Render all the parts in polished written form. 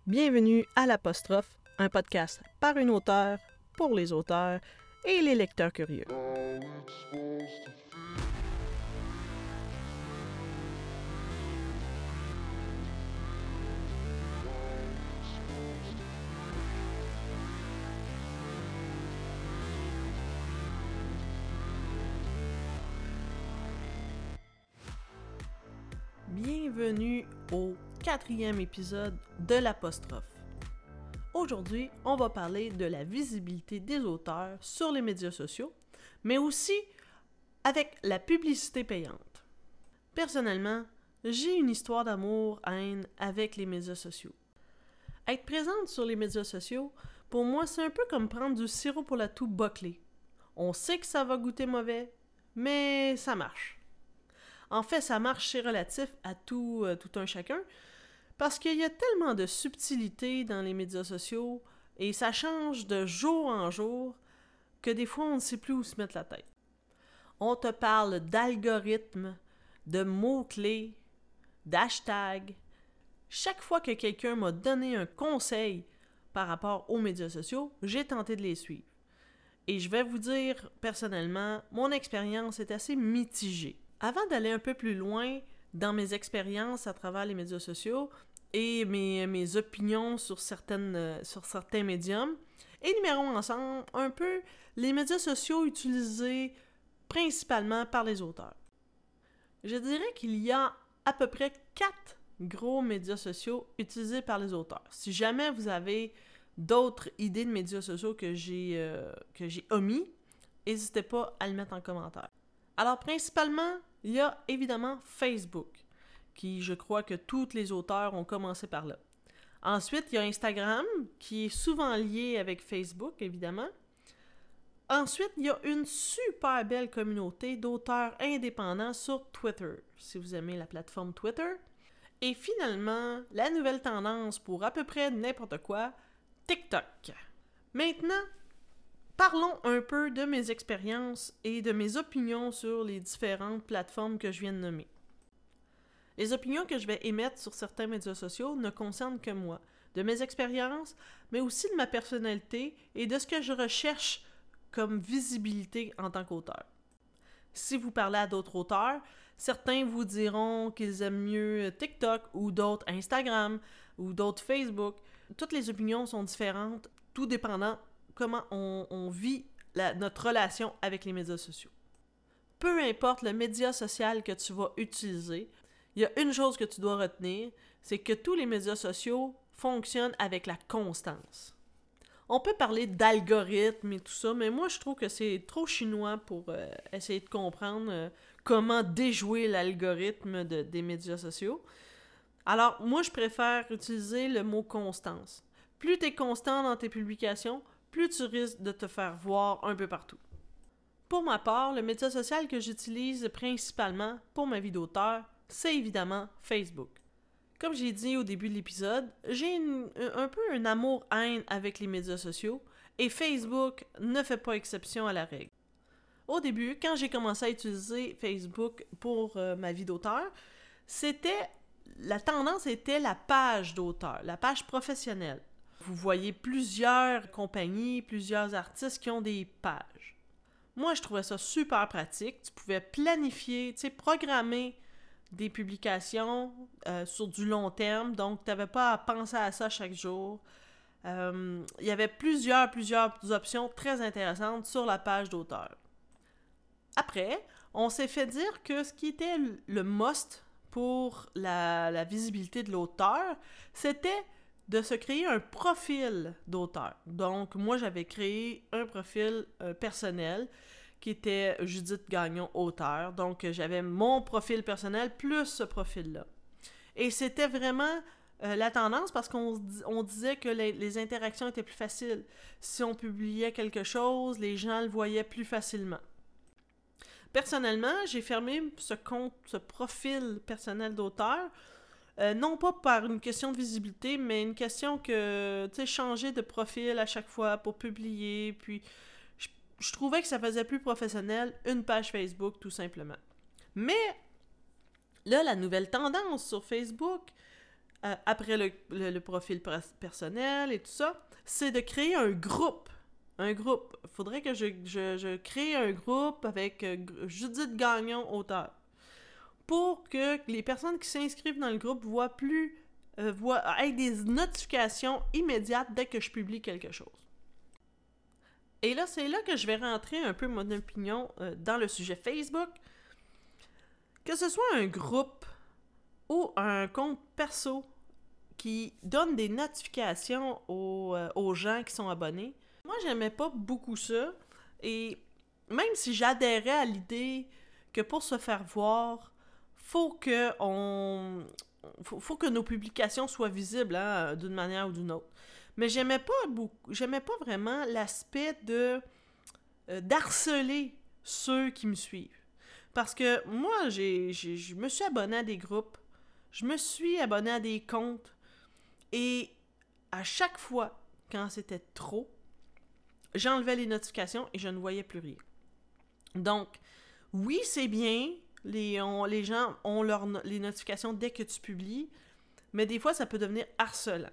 Bienvenue à l'Apostrophe, un podcast par une auteure, pour les auteurs et les lecteurs curieux. Bienvenue au 4e épisode de l'Apostrophe. Aujourd'hui, on va parler de la visibilité des auteurs sur les médias sociaux, mais aussi avec la publicité payante. Personnellement, j'ai une histoire d'amour-haine avec les médias sociaux. Être présente sur les médias sociaux, pour moi, c'est un peu comme prendre du sirop pour la toux bâclée. On sait que ça va goûter mauvais, mais ça marche. En fait, ça marche, c'est relatif à tout un chacun, parce qu'il y a tellement de subtilité dans les médias sociaux, et ça change de jour en jour, que des fois, on ne sait plus où se mettre la tête. On te parle d'algorithmes, de mots-clés, d'hashtags. Chaque fois que quelqu'un m'a donné un conseil par rapport aux médias sociaux, j'ai tenté de les suivre. Et je vais vous dire, personnellement, mon expérience est assez mitigée. Avant d'aller un peu plus loin dans mes expériences à travers les médias sociaux et mes opinions sur certains médiums, énumérons ensemble un peu les médias sociaux utilisés principalement par les auteurs. Je dirais qu'il y a à peu près 4 gros médias sociaux utilisés par les auteurs. Si jamais vous avez d'autres idées de médias sociaux que j'ai omis, n'hésitez pas à le mettre en commentaire. Alors, principalement, il y a évidemment Facebook, qui, je crois que tous les auteurs ont commencé par là. Ensuite, il y a Instagram, qui est souvent lié avec Facebook, évidemment. Ensuite, il y a une super belle communauté d'auteurs indépendants sur Twitter, si vous aimez la plateforme Twitter. Et finalement, la nouvelle tendance pour à peu près n'importe quoi, TikTok. Maintenant, parlons un peu de mes expériences et de mes opinions sur les différentes plateformes que je viens de nommer. Les opinions que je vais émettre sur certains médias sociaux ne concernent que moi, de mes expériences, mais aussi de ma personnalité et de ce que je recherche comme visibilité en tant qu'auteur. Si vous parlez à d'autres auteurs, certains vous diront qu'ils aiment mieux TikTok ou d'autres Instagram ou d'autres Facebook. Toutes les opinions sont différentes, tout dépendant comment on vit notre relation avec les médias sociaux. Peu importe le média social que tu vas utiliser, il y a une chose que tu dois retenir, c'est que tous les médias sociaux fonctionnent avec la constance. On peut parler d'algorithmes et tout ça, mais moi je trouve que c'est trop chinois pour essayer de comprendre comment déjouer l'algorithme des médias sociaux. Alors moi je préfère utiliser le mot constance. Plus tu es constant dans tes publications, plus tu risques de te faire voir un peu partout. Pour ma part, le média social que j'utilise principalement pour ma vie d'auteur, c'est évidemment Facebook. Comme j'ai dit au début de l'épisode, j'ai un peu un amour-haine avec les médias sociaux et Facebook ne fait pas exception à la règle. Au début, quand j'ai commencé à utiliser Facebook pour ma vie d'auteur, la tendance était la page d'auteur, la page professionnelle. Vous voyez plusieurs compagnies, plusieurs artistes qui ont des pages. Moi, je trouvais ça super pratique. Tu pouvais planifier, programmer des publications sur du long terme. Donc, tu n'avais pas à penser à ça chaque jour. Il y avait plusieurs options très intéressantes sur la page d'auteur. Après, on s'est fait dire que ce qui était le must pour la visibilité de l'auteur, c'était de se créer un profil d'auteur. Donc, moi, j'avais créé un profil personnel qui était Judith Gagnon, auteur. Donc, j'avais mon profil personnel plus ce profil-là. Et c'était vraiment la tendance parce qu'on disait que les interactions étaient plus faciles. Si on publiait quelque chose, les gens le voyaient plus facilement. Personnellement, j'ai fermé ce profil personnel d'auteur, non pas par une question de visibilité, mais une question que, tu sais, changer de profil à chaque fois pour publier, puis je trouvais que ça faisait plus professionnel une page Facebook, tout simplement. Mais là, la nouvelle tendance sur Facebook, après le profil personnel et tout ça, c'est de créer un groupe. Un groupe. Il faudrait que je crée un groupe avec Judith Gagnon, auteur. Pour que les personnes qui s'inscrivent dans le groupe aient des notifications immédiates dès que je publie quelque chose. Et là, c'est là que je vais rentrer un peu mon opinion dans le sujet Facebook. Que ce soit un groupe ou un compte perso qui donne des notifications aux gens qui sont abonnés, moi, j'aimais pas beaucoup ça. Et même si j'adhérais à l'idée que pour se faire voir, faut que nos publications soient visibles d'une manière ou d'une autre. Mais j'aimais pas vraiment l'aspect d'harceler ceux qui me suivent. Parce que moi, je me suis abonnée à des groupes, je me suis abonnée à des comptes, et à chaque fois, quand c'était trop, j'enlevais les notifications et je ne voyais plus rien. Donc, oui, c'est bien, les gens ont les notifications dès que tu publies, mais des fois, ça peut devenir harcelant.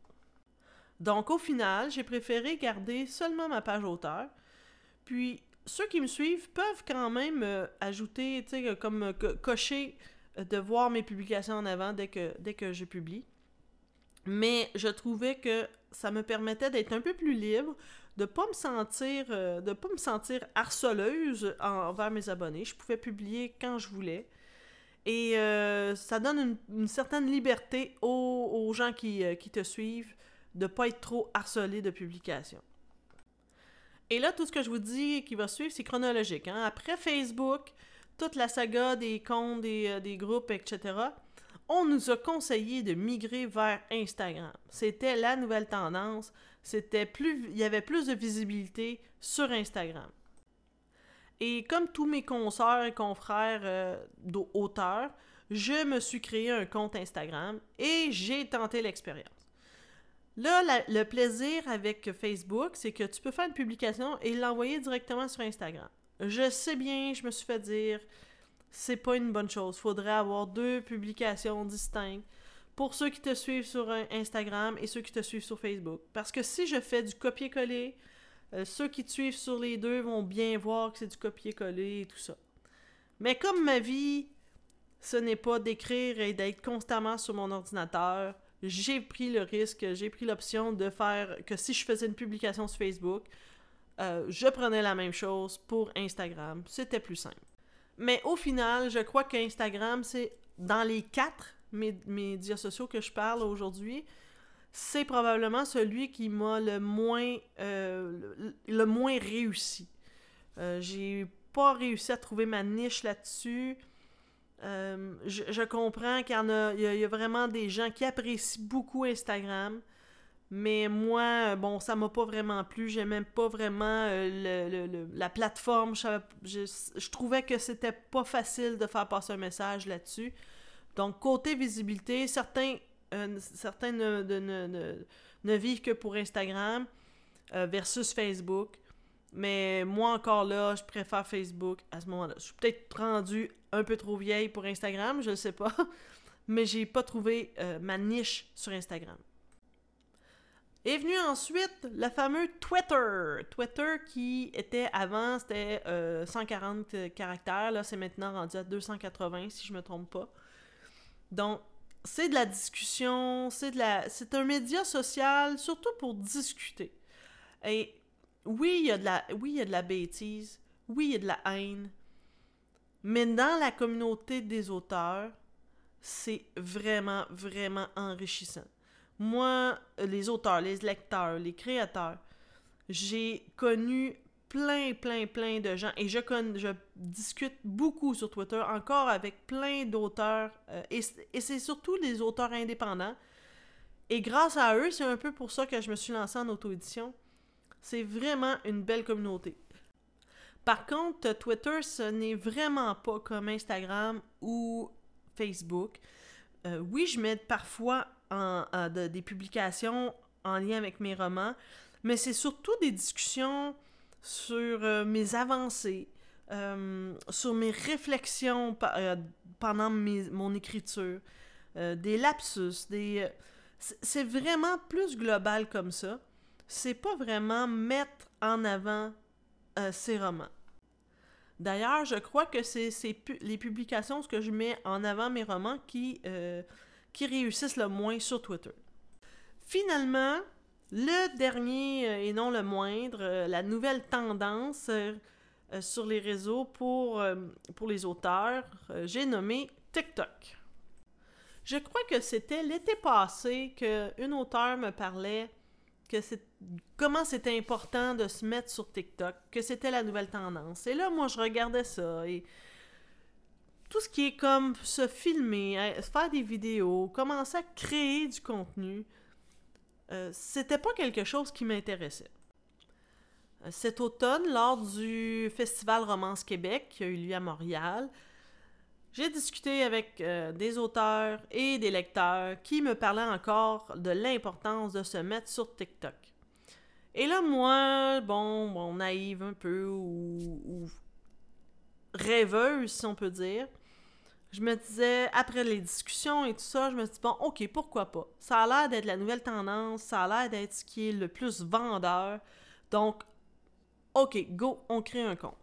Donc, au final, j'ai préféré garder seulement ma page auteur. Puis, ceux qui me suivent peuvent quand même ajouter, tu sais, comme cocher de voir mes publications en avant dès que je publie. Mais je trouvais que ça me permettait d'être un peu plus libre, de pas me sentir harceleuse envers mes abonnés. Je pouvais publier quand je voulais. Et ça donne une certaine liberté aux gens qui te suivent de ne pas être trop harcelé de publications. Et là, tout ce que je vous dis qui va suivre, c'est chronologique. Après Facebook, toute la saga des comptes, des groupes, etc., on nous a conseillé de migrer vers Instagram. C'était la nouvelle tendance. Il y avait plus de visibilité sur Instagram. Et comme tous mes consoeurs et confrères d'auteurs, je me suis créé un compte Instagram et j'ai tenté l'expérience. Là, le plaisir avec Facebook, c'est que tu peux faire une publication et l'envoyer directement sur Instagram. Je sais bien, je me suis fait dire, c'est pas une bonne chose. Il faudrait avoir 2 publications distinctes pour ceux qui te suivent sur Instagram et ceux qui te suivent sur Facebook. Parce que si je fais du copier-coller, ceux qui te suivent sur les 2 vont bien voir que c'est du copier-coller et tout ça. Mais comme ma vie, ce n'est pas d'écrire et d'être constamment sur mon ordinateur, j'ai pris le risque, j'ai pris l'option de faire que si je faisais une publication sur Facebook, je prenais la même chose pour Instagram. C'était plus simple. Mais au final, je crois qu'Instagram, c'est dans les 4 médias sociaux que je parle aujourd'hui, c'est probablement celui qui m'a le moins réussi. J'ai pas réussi à trouver ma niche là-dessus. Je comprends qu'il y a vraiment des gens qui apprécient beaucoup Instagram, mais moi, bon, ça m'a pas vraiment plu. J'aimais pas vraiment la plateforme. Je trouvais que c'était pas facile de faire passer un message là-dessus. Donc, côté visibilité, certains ne vivent que pour Instagram versus Facebook. Mais moi, encore là, je préfère Facebook à ce moment-là. Je suis peut-être rendue un peu trop vieille pour Instagram, je ne sais pas. Mais j'ai pas trouvé ma niche sur Instagram. Est venu ensuite le fameux Twitter. Twitter qui était avant, c'était 140 caractères. Là, c'est maintenant rendu à 280, si je me trompe pas. Donc, c'est de la discussion, c'est un média social, surtout pour discuter. Et oui, il y a de la bêtise, oui, il y a de la haine, mais dans la communauté des auteurs, c'est vraiment, vraiment enrichissant. Moi, les auteurs, les lecteurs, les créateurs, j'ai connu plein de gens et je discute beaucoup sur Twitter encore avec plein d'auteurs et c'est surtout des auteurs indépendants et grâce à eux, c'est un peu pour ça que je me suis lancée en auto-édition. C'est vraiment une belle communauté. Par contre, Twitter, ce n'est vraiment pas comme Instagram ou Facebook. Oui, je mets parfois des publications en lien avec mes romans, mais c'est surtout des discussions sur mes avancées, sur mes réflexions pendant mon écriture. des lapsus, c'est vraiment plus global comme ça. C'est pas vraiment mettre en avant ses romans. D'ailleurs, je crois que c'est les publications que je mets en avant mes romans qui réussissent le moins sur Twitter. Finalement, le dernier et non le moindre, la nouvelle tendance sur les réseaux pour les auteurs, j'ai nommé TikTok. Je crois que c'était l'été passé qu'une auteure me parlait comment c'était important de se mettre sur TikTok, que c'était la nouvelle tendance. Et là, moi, je regardais ça et tout ce qui est comme se filmer, faire des vidéos, commencer à créer du contenu, c'était pas quelque chose qui m'intéressait. Cet automne, lors du Festival Romance Québec qui a eu lieu à Montréal, j'ai discuté avec des auteurs et des lecteurs qui me parlaient encore de l'importance de se mettre sur TikTok. Et là, moi, bon naïve un peu ou rêveuse, si on peut dire, je me disais, après les discussions et tout ça, je me suis dit, bon, ok, pourquoi pas? Ça a l'air d'être la nouvelle tendance, ça a l'air d'être ce qui est le plus vendeur. Donc, ok, go, on crée un compte.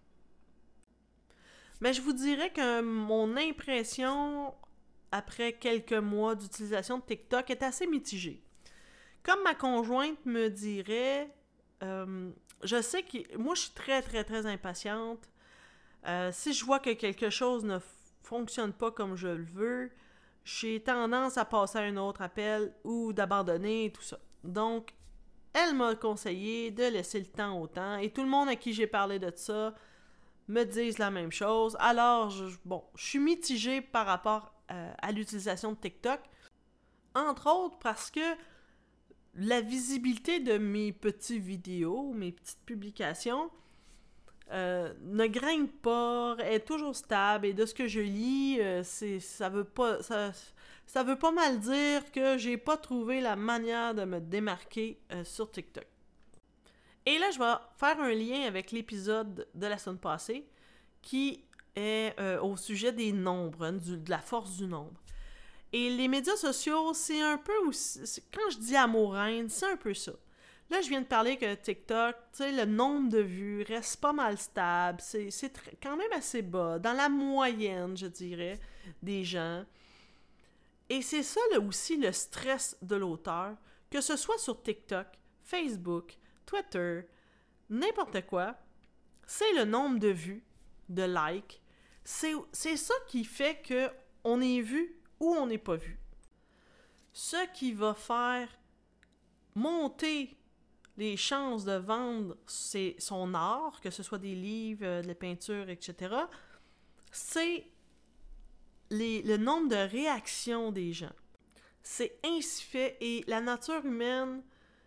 Mais je vous dirais que mon impression, après quelques mois d'utilisation de TikTok, est assez mitigée. Comme ma conjointe me dirait, je sais que moi, je suis très, très, très impatiente. Si je vois que quelque chose ne fonctionne pas comme je le veux, j'ai tendance à passer à un autre appel ou d'abandonner et tout ça. Donc, elle m'a conseillé de laisser le temps au temps et tout le monde à qui j'ai parlé de ça me disent la même chose. Alors, je suis mitigée par rapport à l'utilisation de TikTok. Entre autres parce que la visibilité de mes petites vidéos, mes petites publications, ne grimpe pas, est toujours stable. Et de ce que je lis, ça veut pas mal dire que j'ai pas trouvé la manière de me démarquer sur TikTok. Et là, je vais faire un lien avec l'épisode de la semaine passée qui est au sujet des nombres, de la force du nombre. Et les médias sociaux, c'est un peu aussi... Quand je dis amour-haine, c'est un peu ça. Là, je viens de parler que TikTok, tu sais, le nombre de vues reste pas mal stable. C'est quand même assez bas, dans la moyenne, je dirais, des gens. Et c'est ça là, aussi le stress de l'auteur, que ce soit sur TikTok, Facebook, Twitter, n'importe quoi, c'est le nombre de vues, de likes. C'est ça qui fait qu'on est vu ou on n'est pas vu. Ce qui va faire monter les chances de vendre son art, que ce soit des livres, de la peinture, etc., c'est le nombre de réactions des gens. C'est ainsi fait et la nature humaine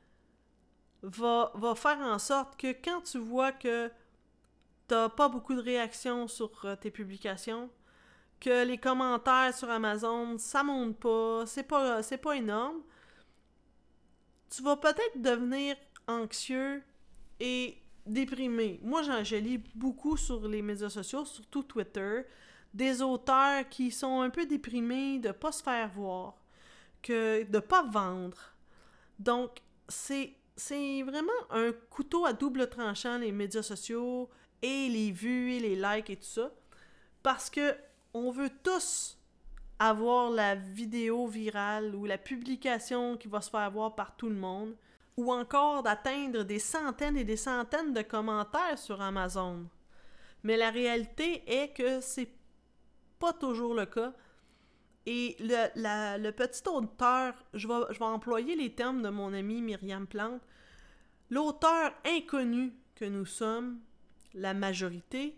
va faire en sorte que quand tu vois que t'as pas beaucoup de réactions sur tes publications, que les commentaires sur Amazon, ça monte pas, c'est pas énorme, tu vas peut-être devenir anxieux et déprimé. Moi, je lis beaucoup sur les médias sociaux, surtout Twitter, des auteurs qui sont un peu déprimés de pas se faire voir, de pas vendre. Donc, c'est vraiment un couteau à double tranchant, les médias sociaux, et les vues, et les likes, et tout ça, parce que on veut tous avoir la vidéo virale ou la publication qui va se faire voir par tout le monde, ou encore d'atteindre des centaines et des centaines de commentaires sur Amazon. Mais la réalité est que c'est pas toujours le cas. Et le petit auteur, je vais employer les termes de mon amie Myriam Plante, l'auteur inconnu que nous sommes, la majorité,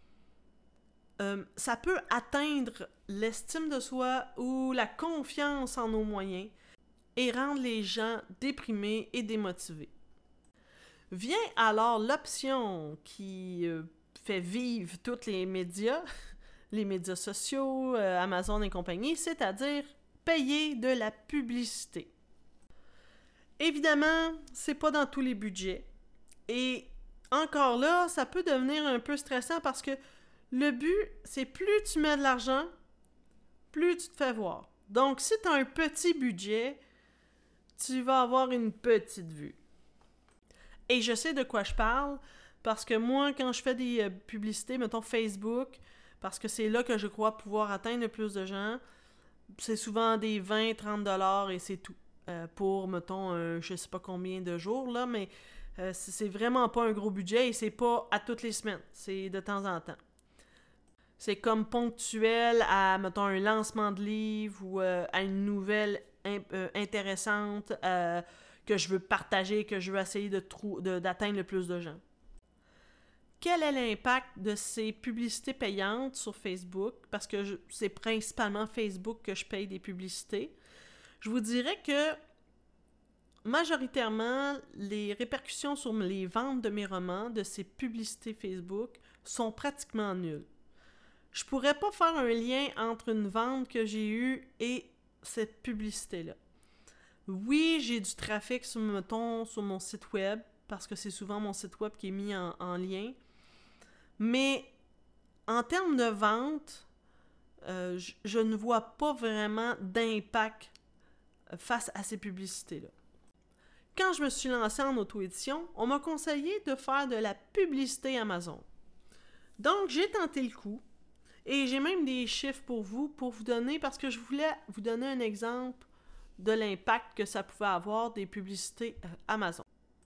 ça peut atteindre l'estime de soi ou la confiance en nos moyens et rendre les gens déprimés et démotivés. Vient alors l'option qui fait vivre tous les médias sociaux, Amazon et compagnie, c'est-à-dire payer de la publicité. Évidemment, c'est pas dans tous les budgets. Et encore là, ça peut devenir un peu stressant parce que le but, c'est plus tu mets de l'argent, plus tu te fais voir. Donc, si tu as un petit budget, tu vas avoir une petite vue. Et je sais de quoi je parle, parce que moi, quand je fais des publicités, mettons Facebook, parce que c'est là que je crois pouvoir atteindre le plus de gens, c'est souvent des 20-30$ et c'est tout. Pour, mettons, je sais pas combien de jours, là, mais c'est vraiment pas un gros budget et c'est pas à toutes les semaines, c'est de temps en temps. C'est comme ponctuel à, mettons, un lancement de livre ou à une nouvelle intéressante que je veux partager, que je veux essayer d'atteindre le plus de gens. Quel est l'impact de ces publicités payantes sur Facebook? Parce que c'est principalement Facebook que je paye des publicités. Je vous dirais que majoritairement, les répercussions sur les ventes de mes romans de ces publicités Facebook sont pratiquement nulles. Je pourrais pas faire un lien entre une vente que j'ai eue et cette publicité-là. Oui, j'ai du trafic sur mon site web, parce que c'est souvent mon site web qui est mis en lien. Mais en termes de vente, je ne vois pas vraiment d'impact face à ces publicités-là. Quand je me suis lancée en auto-édition, on m'a conseillé de faire de la publicité Amazon. Donc, j'ai tenté le coup. Et j'ai même des chiffres pour vous donner, parce que je voulais vous donner un exemple de l'impact que ça pouvait avoir des publicités Amazon.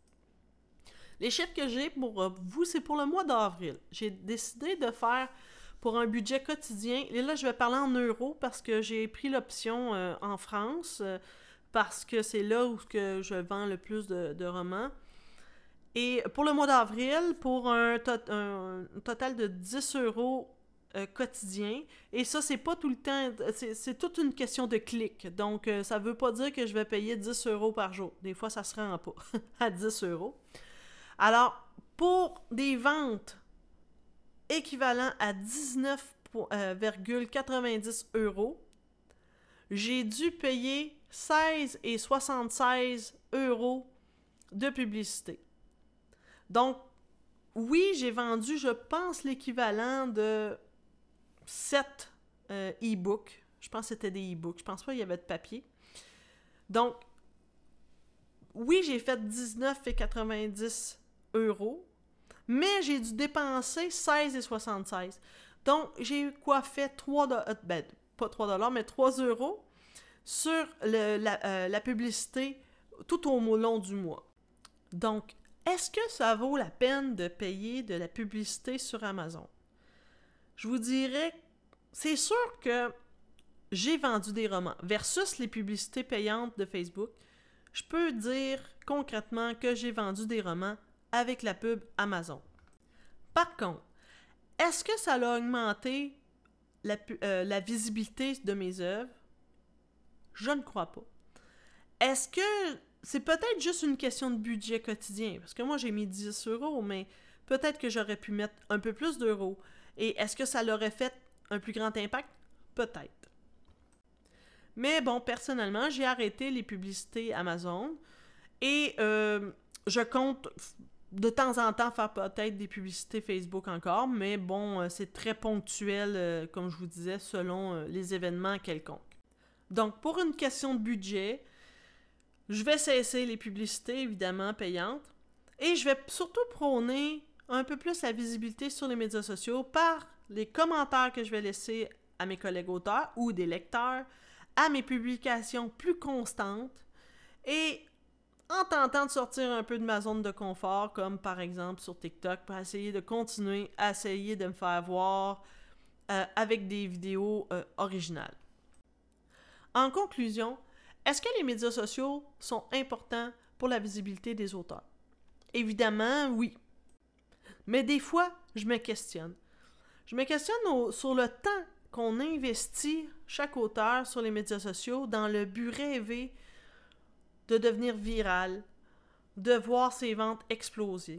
Les chiffres que j'ai pour vous, c'est pour le mois d'avril. J'ai décidé de faire pour un budget quotidien, et là je vais parler en euros parce que j'ai pris l'option en France, parce que c'est là où je vends le plus de romans. Et pour le mois d'avril, pour un total de 10€ quotidien. Et ça, c'est pas tout le temps... C'est toute une question de clic. Donc, ça veut pas dire que je vais payer 10€ par jour. Des fois, ça se rend pas à 10€. Alors, pour des ventes équivalentes à 19,90€, j'ai dû payer 16,76€ de publicité. Donc, oui, j'ai vendu, je pense, l'équivalent de 7 e-books. Je pense que c'était des e-books. Je pense pas qu'il y avait de papier. Donc, oui, j'ai fait 19,90€, mais j'ai dû dépenser 16,76€. Donc, j'ai fait 3 pas 3$, mais 3€ sur la publicité tout au long du mois. Donc, est-ce que ça vaut la peine de payer de la publicité sur Amazon? Je vous dirais, c'est sûr que j'ai vendu des romans versus les publicités payantes de Facebook. Je peux dire concrètement que j'ai vendu des romans avec la pub Amazon. Par contre, est-ce que ça a augmenté la visibilité de mes œuvres? Je ne crois pas. Est-ce que c'est peut-être juste une question de budget quotidien? Parce que moi, j'ai mis 10€, mais peut-être que j'aurais pu mettre un peu plus d'euros. Et est-ce que ça l'aurait fait un plus grand impact? Peut-être. Mais bon, personnellement, j'ai arrêté les publicités Amazon et je compte de temps en temps faire peut-être des publicités Facebook encore, mais bon, c'est très ponctuel, comme je vous disais, selon les événements quelconques. Donc, pour une question de budget, je vais cesser les publicités, évidemment, payantes, et je vais surtout prôner un peu plus la visibilité sur les médias sociaux par les commentaires que je vais laisser à mes collègues auteurs ou des lecteurs, à mes publications plus constantes et en tentant de sortir un peu de ma zone de confort, comme par exemple sur TikTok, pour essayer de continuer à essayer de me faire voir avec des vidéos originales. En conclusion, est-ce que les médias sociaux sont importants pour la visibilité des auteurs? Évidemment, oui. Mais des fois, je me questionne. Je me questionne sur le temps qu'on investit chaque auteur sur les médias sociaux dans le but rêvé de devenir viral, de voir ses ventes exploser.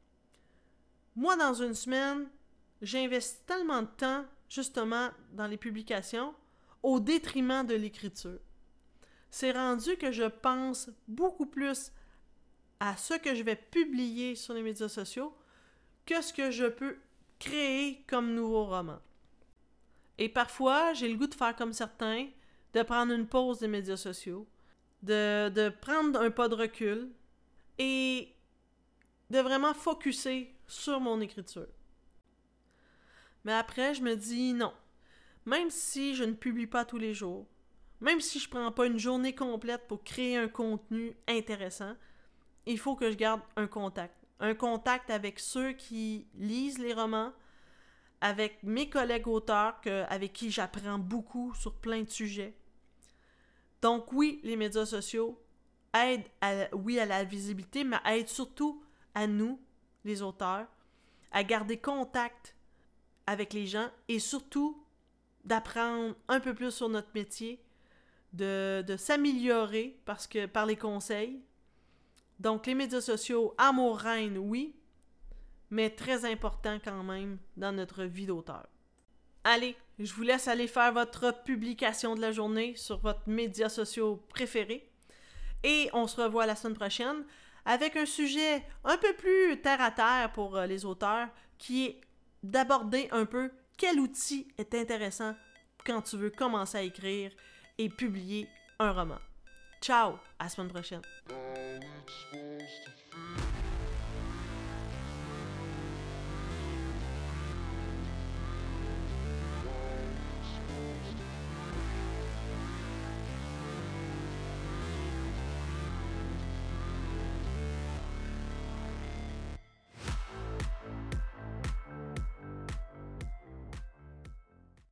Moi, dans une semaine, j'investis tellement de temps, justement, dans les publications, au détriment de l'écriture. C'est rendu que je pense beaucoup plus à ce que je vais publier sur les médias sociaux que ce que je peux créer comme nouveau roman. Et parfois, j'ai le goût de faire comme certains, de prendre une pause des médias sociaux, de prendre un pas de recul et de vraiment focusser sur mon écriture. Mais après, je me dis non. Même si je ne publie pas tous les jours, même si je ne prends pas une journée complète pour créer un contenu intéressant, il faut que je garde un contact. Un contact avec ceux qui lisent les romans, avec mes collègues auteurs avec qui j'apprends beaucoup sur plein de sujets. Donc oui, les médias sociaux aident à la visibilité, mais aident surtout à nous, les auteurs, à garder contact avec les gens et surtout d'apprendre un peu plus sur notre métier, de s'améliorer par les conseils. Donc les médias sociaux, amour reine, oui, mais très important quand même dans notre vie d'auteur. Allez, je vous laisse aller faire votre publication de la journée sur votre médias sociaux préféré. Et on se revoit la semaine prochaine avec un sujet un peu plus terre à terre pour les auteurs, qui est d'aborder un peu quel outil est intéressant quand tu veux commencer à écrire et publier un roman. Ciao, à la semaine prochaine.